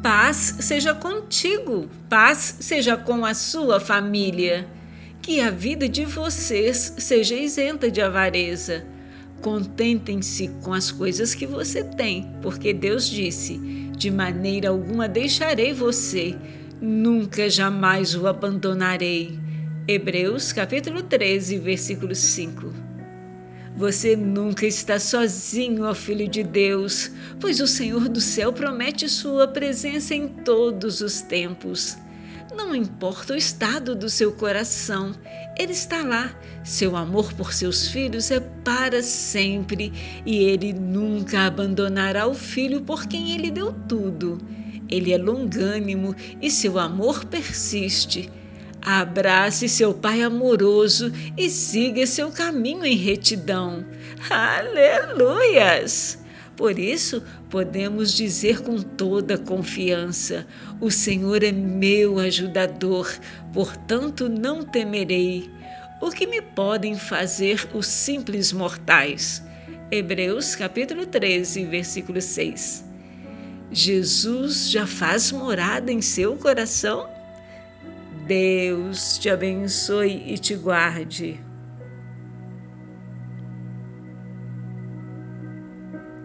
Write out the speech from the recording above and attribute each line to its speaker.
Speaker 1: Paz seja contigo, paz seja com a sua família. Que a vida de vocês seja isenta de avareza. Contentem-se com as coisas que você tem, porque Deus disse: de maneira alguma deixarei você, nunca jamais o abandonarei. Hebreus capítulo 13, versículo 5. Você nunca está sozinho, ó Filho de Deus, pois o Senhor do céu promete sua presença em todos os tempos. Não importa o estado do seu coração, Ele está lá. Seu amor por seus filhos é para sempre e Ele nunca abandonará o filho por quem Ele deu tudo. Ele é longânimo e seu amor persiste. Abrace seu Pai amoroso e siga seu caminho em retidão. Aleluias! Por isso, podemos dizer com toda confiança: o Senhor é meu ajudador, portanto não temerei. O que me podem fazer os simples mortais? Hebreus capítulo 13, versículo 6. Jesus já faz morada em seu coração? Deus te abençoe e te guarde.